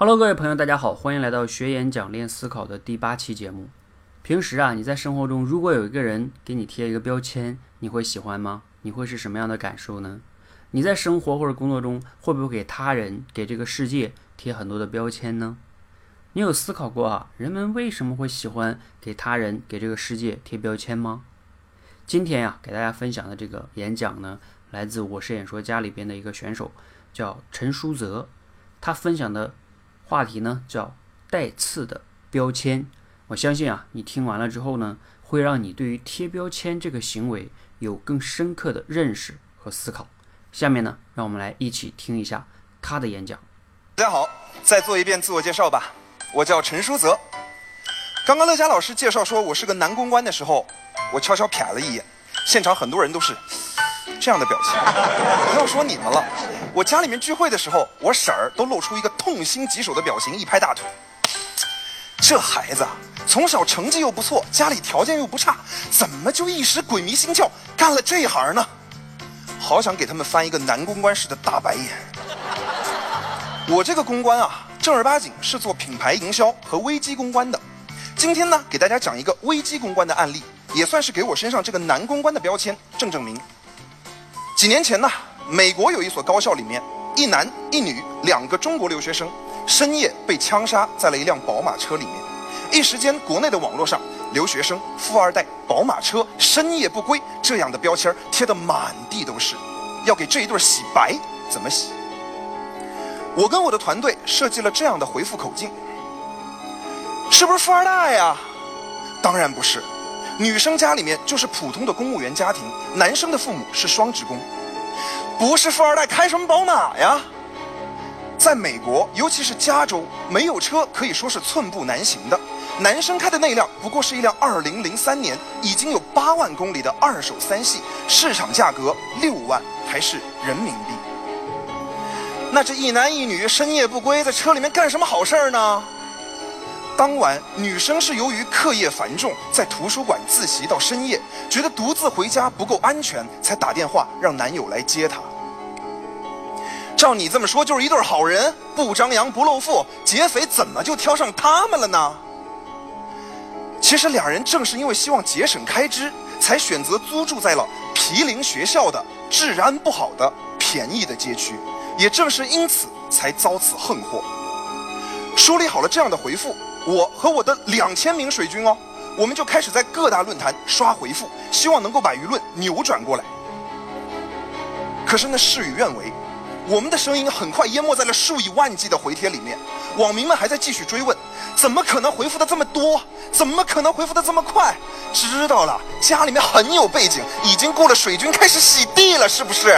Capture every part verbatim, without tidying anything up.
Hello， 各位朋友，大家好，欢迎来到学演讲练思考的第八期节目。平时啊，你在生活中如果有一个人给你贴一个标签，你会喜欢吗？你会是什么样的感受呢？你在生活或者工作中会不会给他人、给这个世界贴很多的标签呢？你有思考过啊，人们为什么会喜欢给他人、给这个世界贴标签吗？今天呀、啊，给大家分享的这个演讲呢，来自《我是演说家》里边的一个选手，叫陈书泽，他分享的话题呢叫带刺的标签。我相信啊，你听完了之后呢，会让你对于贴标签这个行为有更深刻的认识和思考。下面呢，让我们来一起听一下他的演讲。 大家好，再做一遍自我介绍吧。我叫陈书泽。刚刚乐嘉老师介绍说我是个男公关的时候，我悄悄瞥了一眼，现场很多人都是这样的表情。不要说你们了，我家里面聚会的时候，我婶儿都露出一个痛心疾首的表情，一拍大腿。这孩子从小成绩又不错，家里条件又不差，怎么就一时鬼迷心窍干了这一行呢？好想给他们翻一个男公关时的大白眼。我这个公关啊，正儿八经是做品牌营销和危机公关的。今天呢，给大家讲一个危机公关的案例，也算是给我身上这个男公关的标签正正名。几年前呢，美国有一所高校里面，一男一女两个中国留学生深夜被枪杀在了一辆宝马车里面。一时间，国内的网络上留学生、富二代、宝马车、深夜不归这样的标签贴得满地都是。要给这一对洗白，怎么洗？我跟我的团队设计了这样的回复口径：是不是富二代呀？当然不是，女生家里面就是普通的公务员家庭，男生的父母是双职工。不是富二代，开什么宝马呀？在美国，尤其是加州，没有车可以说是寸步难行的。男生开的那辆不过是一辆二零零三年已经有八万公里的二手三系，市场价格六万，还是人民币。那这一男一女深夜不归，在车里面干什么好事呢？当晚，女生是由于课业繁重，在图书馆自习到深夜，觉得独自回家不够安全，才打电话让男友来接她。照你这么说，就是一对好人，不张扬不露富，劫匪怎么就挑上他们了呢？其实两人正是因为希望节省开支，才选择租住在了毗邻学校的治安不好的便宜的街区，也正是因此才遭此横祸。梳理好了这样的回复，我和我的两千名水军哦，我们就开始在各大论坛刷回复，希望能够把舆论扭转过来。可是那事与愿违，我们的声音很快淹没在了数以万计的回帖里面，网民们还在继续追问：怎么可能回复的这么多？怎么可能回复的这么快？知道了，家里面很有背景，已经雇了水军开始洗地了，是不是？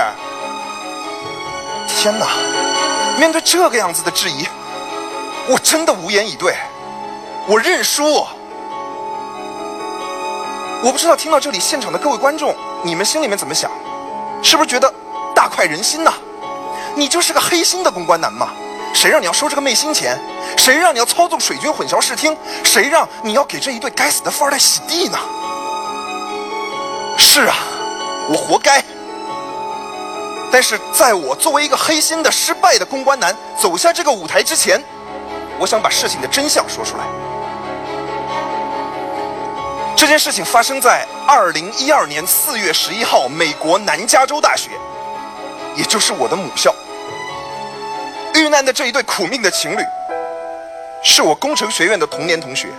天哪！面对这个样子的质疑，我真的无言以对，我认输。我不知道听到这里现场的各位观众，你们心里面怎么想？是不是觉得大快人心呢？你就是个黑心的公关男嘛？谁让你要收这个昧心钱？谁让你要操纵水军混淆视听？谁让你要给这一对该死的富二代洗地呢？是啊，我活该。但是在我作为一个黑心的失败的公关男走下这个舞台之前，我想把事情的真相说出来。这件事情发生在二零一二年四月十一号，美国南加州大学，也就是我的母校。遇难的这一对苦命的情侣，是我工程学院的同年同学。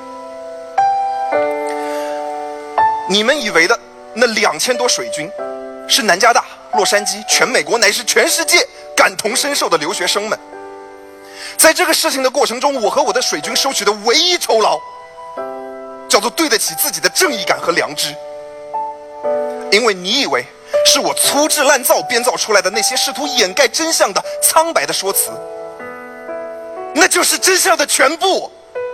你们以为的那两千多水军，是南加大、洛杉矶、全美国乃至全世界感同身受的留学生们。在这个事情的过程中，我和我的水军收取的唯一酬劳，叫做对得起自己的正义感和良知。因为你以为是我粗制滥造编造出来的那些试图掩盖真相的苍白的说辞，那就是真相的全部。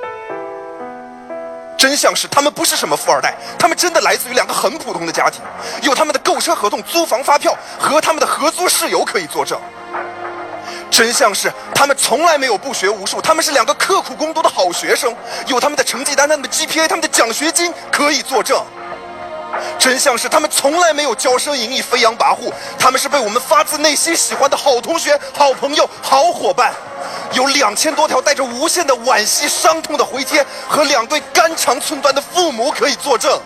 真相是他们不是什么富二代，他们真的来自于两个很普通的家庭，有他们的购车合同、租房发票和他们的合租室友可以作证。真相是他们从来没有不学无术，他们是两个刻苦攻读的好学生，有他们的成绩单、他们的 G P A、他们的奖学金可以作证。真相是他们从来没有骄奢淫逸、飞扬跋扈，他们是被我们发自内心喜欢的好同学、好朋友、好伙伴。 有两千多条带着无限的惋惜、伤痛的回帖和两对肝肠寸断的父母可以作证。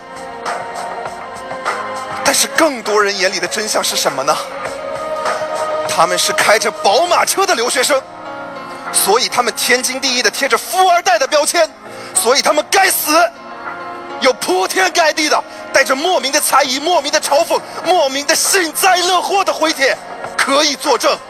但是更多人眼里的真相是什么呢？他们是开着宝马车的留学生，所以他们天经地义的贴着富二代的标签，所以他们该死。有铺天盖地的带着莫名的猜疑、莫名的嘲讽、莫名的幸灾乐祸的回帖可以作证。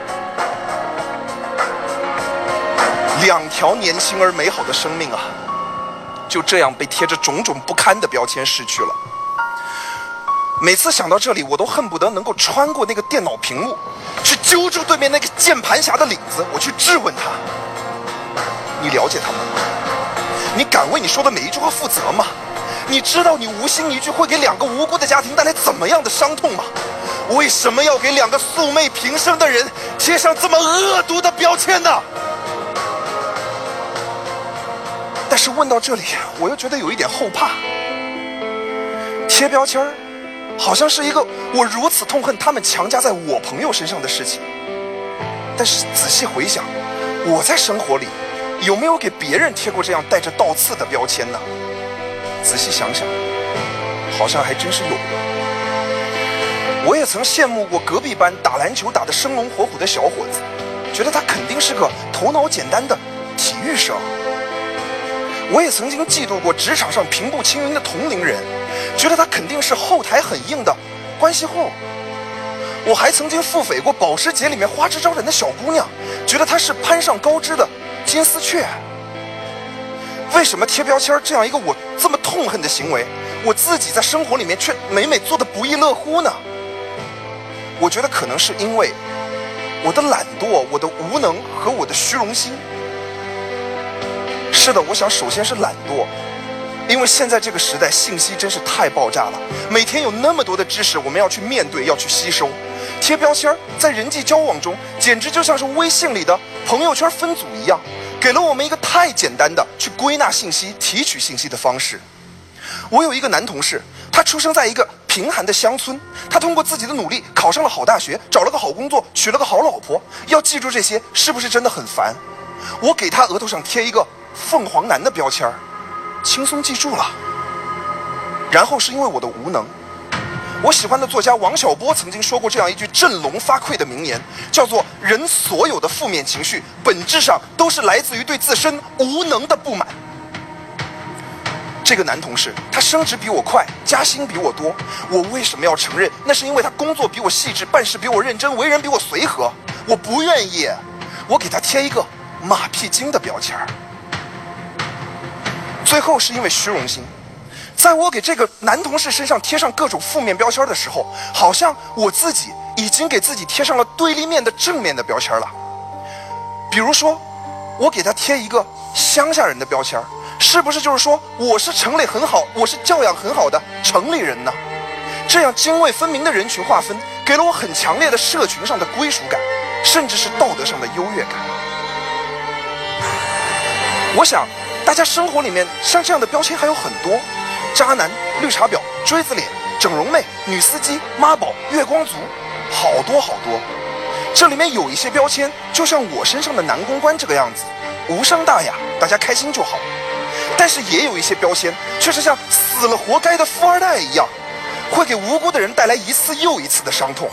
两条年轻而美好的生命啊，就这样被贴着种种不堪的标签逝去了。每次想到这里，我都恨不得能够穿过那个电脑屏幕，去揪住对面那个键盘侠的领子，我去质问他：你了解他们吗？你敢为你说的每一句话负责吗？你知道你无心一句会给两个无辜的家庭带来怎么样的伤痛吗？为什么要给两个素昧平生的人贴上这么恶毒的标签呢？但是问到这里，我又觉得有一点后怕。贴标签儿好像是一个我如此痛恨他们强加在我朋友身上的事情。但是仔细回想，我在生活里有没有给别人贴过这样带着倒刺的标签呢？仔细想想，好像还真是有的。我也曾羡慕过隔壁班打篮球打得生龙活虎的小伙子，觉得他肯定是个头脑简单的体育生。我也曾经嫉妒过职场上平步青云的同龄人，觉得他肯定是后台很硬的关系户。我还曾经腹诽过保时捷里面花枝招展的小姑娘，觉得她是攀上高枝的金丝雀。为什么贴标签这样一个我这么痛恨的行为，我自己在生活里面却每每做得不亦乐乎呢？我觉得可能是因为我的懒惰、我的无能和我的虚荣心。是的，我想首先是懒惰，因为现在这个时代信息真是太爆炸了，每天有那么多的知识我们要去面对，要去吸收。贴标签在人际交往中简直就像是微信里的朋友圈分组一样，给了我们一个太简单的去归纳信息、提取信息的方式。我有一个男同事，他出生在一个贫寒的乡村，他通过自己的努力考上了好大学，找了个好工作，娶了个好老婆。要记住这些，是不是真的很烦？我给他额头上贴一个凤凰男的标签，轻松记住了。然后是因为我的无能。我喜欢的作家王小波曾经说过这样一句振聋发聩的名言，叫做人所有的负面情绪本质上都是来自于对自身无能的不满。这个男同事他升职比我快，加薪比我多，我为什么要承认？那是因为他工作比我细致，办事比我认真，为人比我随和。我不愿意，我给他贴一个马屁精的标签。最后是因为虚荣心，在我给这个男同事身上贴上各种负面标签的时候，好像我自己已经给自己贴上了对立面的正面的标签了。比如说，我给他贴一个乡下人的标签，是不是就是说我是城里很好，我是教养很好的城里人呢？这样泾渭分明的人群划分，给了我很强烈的社群上的归属感，甚至是道德上的优越感。我想大家生活里面像这样的标签还有很多：渣男、绿茶婊、锥子脸、整容妹、女司机、妈宝、月光族，好多好多。这里面有一些标签就像我身上的男公关这个样子，无伤大雅，大家开心就好。但是也有一些标签却是像死了活该的富二代一样，会给无辜的人带来一次又一次的伤痛。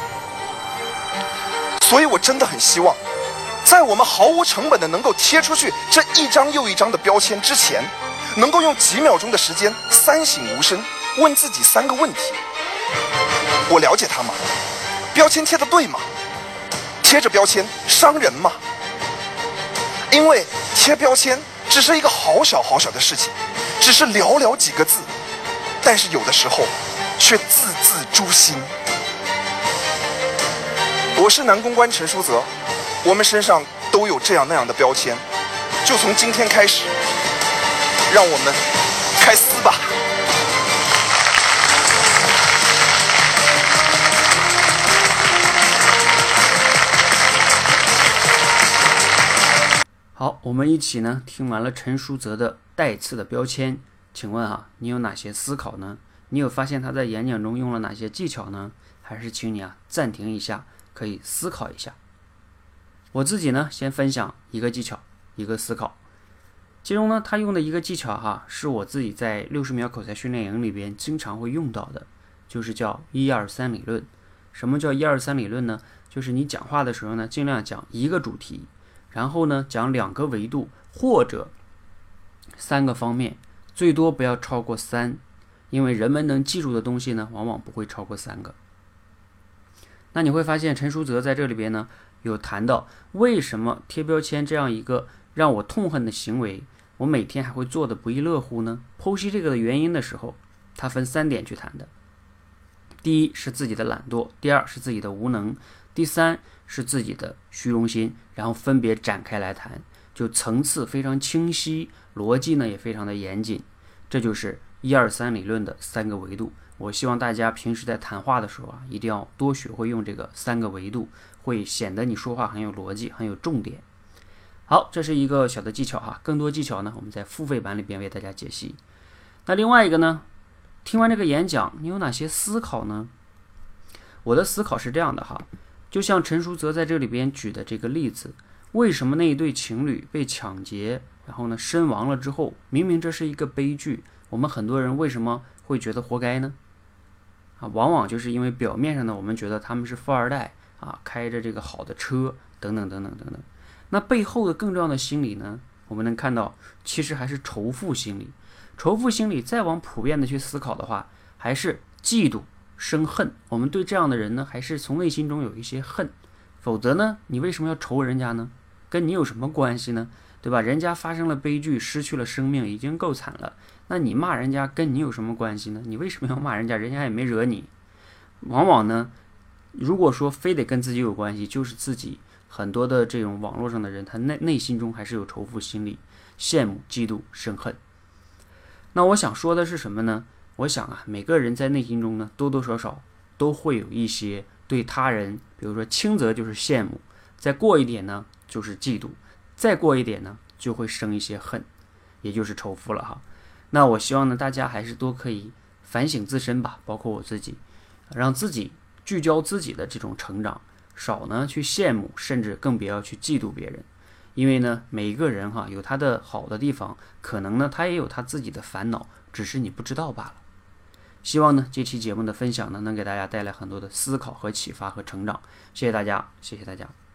所以我真的很希望，在我们毫无成本的能够贴出去这一张又一张的标签之前，能够用几秒钟的时间三省吾身，问自己三个问题：我了解他吗？标签贴的对吗？贴着标签伤人吗？因为贴标签只是一个好小好小的事情，只是寥寥几个字，但是有的时候却字字诛心。我是男公关陈书泽，我们身上都有这样那样的标签，就从今天开始，让我们开撕吧。 好，我们一起呢听完了陈书泽的带刺的标签，请问啊，你有哪些思考呢？你有发现他在演讲中用了哪些技巧呢？还是请你啊暂停一下，可以思考一下。 我自己呢，先分享一个技巧，一个思考。其中呢，他用的一个技巧哈，是我自己在六十秒口才训练营里边经常会用到的，就是叫一二三理论。什么叫一二三理论呢？就是你讲话的时候呢，尽量讲一个主题，然后呢讲两个维度或者三个方面，最多不要超过三，因为人们能记住的东西呢，往往不会超过三个。那你会发现陈书泽在这里边呢，有谈到为什么贴标签这样一个让我痛恨的行为，我每天还会做的不亦乐乎呢？剖析这个的原因的时候，他分三点去谈的。第一是自己的懒惰，第二是自己的无能，第三是自己的虚荣心，然后分别展开来谈，就层次非常清晰，逻辑呢也非常的严谨。这就是一二三理论的三个维度。我希望大家平时在谈话的时候啊，一定要多学会用这个三个维度，会显得你说话很有逻辑，很有重点。好，这是一个小的技巧哈，更多技巧呢，我们在付费版里边为大家解析。那另外一个呢，听完这个演讲，你有哪些思考呢？我的思考是这样的哈，就像陈书泽在这里边举的这个例子，为什么那一对情侣被抢劫，然后呢身亡了之后，明明这是一个悲剧，我们很多人为什么会觉得活该呢？啊，往往就是因为表面上呢，我们觉得他们是富二代啊，开着这个好的车等等等等等等。那背后的更重要的心理呢，我们能看到，其实还是仇富心理。仇富心理再往普遍的去思考的话，还是嫉妒生恨。我们对这样的人呢，还是从内心中有一些恨。否则呢，你为什么要仇人家呢？跟你有什么关系呢？对吧？人家发生了悲剧，失去了生命，已经够惨了。那你骂人家跟你有什么关系呢？你为什么要骂人家？人家也没惹你。往往呢，如果说非得跟自己有关系，就是自己很多的这种网络上的人，他内内心中还是有仇富心理，羡慕、嫉妒、生恨。那我想说的是什么呢？我想啊，每个人在内心中呢，多多少少都会有一些对他人，比如说轻则就是羡慕，再过一点呢就是嫉妒，再过一点呢就会生一些恨，也就是仇富了哈。那我希望呢，大家还是多可以反省自身吧，包括我自己，让自己聚焦自己的这种成长，少呢去羡慕，甚至更别要去嫉妒别人。因为呢，每一个人哈有他的好的地方，可能呢他也有他自己的烦恼，只是你不知道罢了。希望呢这期节目的分享呢，能给大家带来很多的思考和启发和成长。谢谢大家，谢谢大家。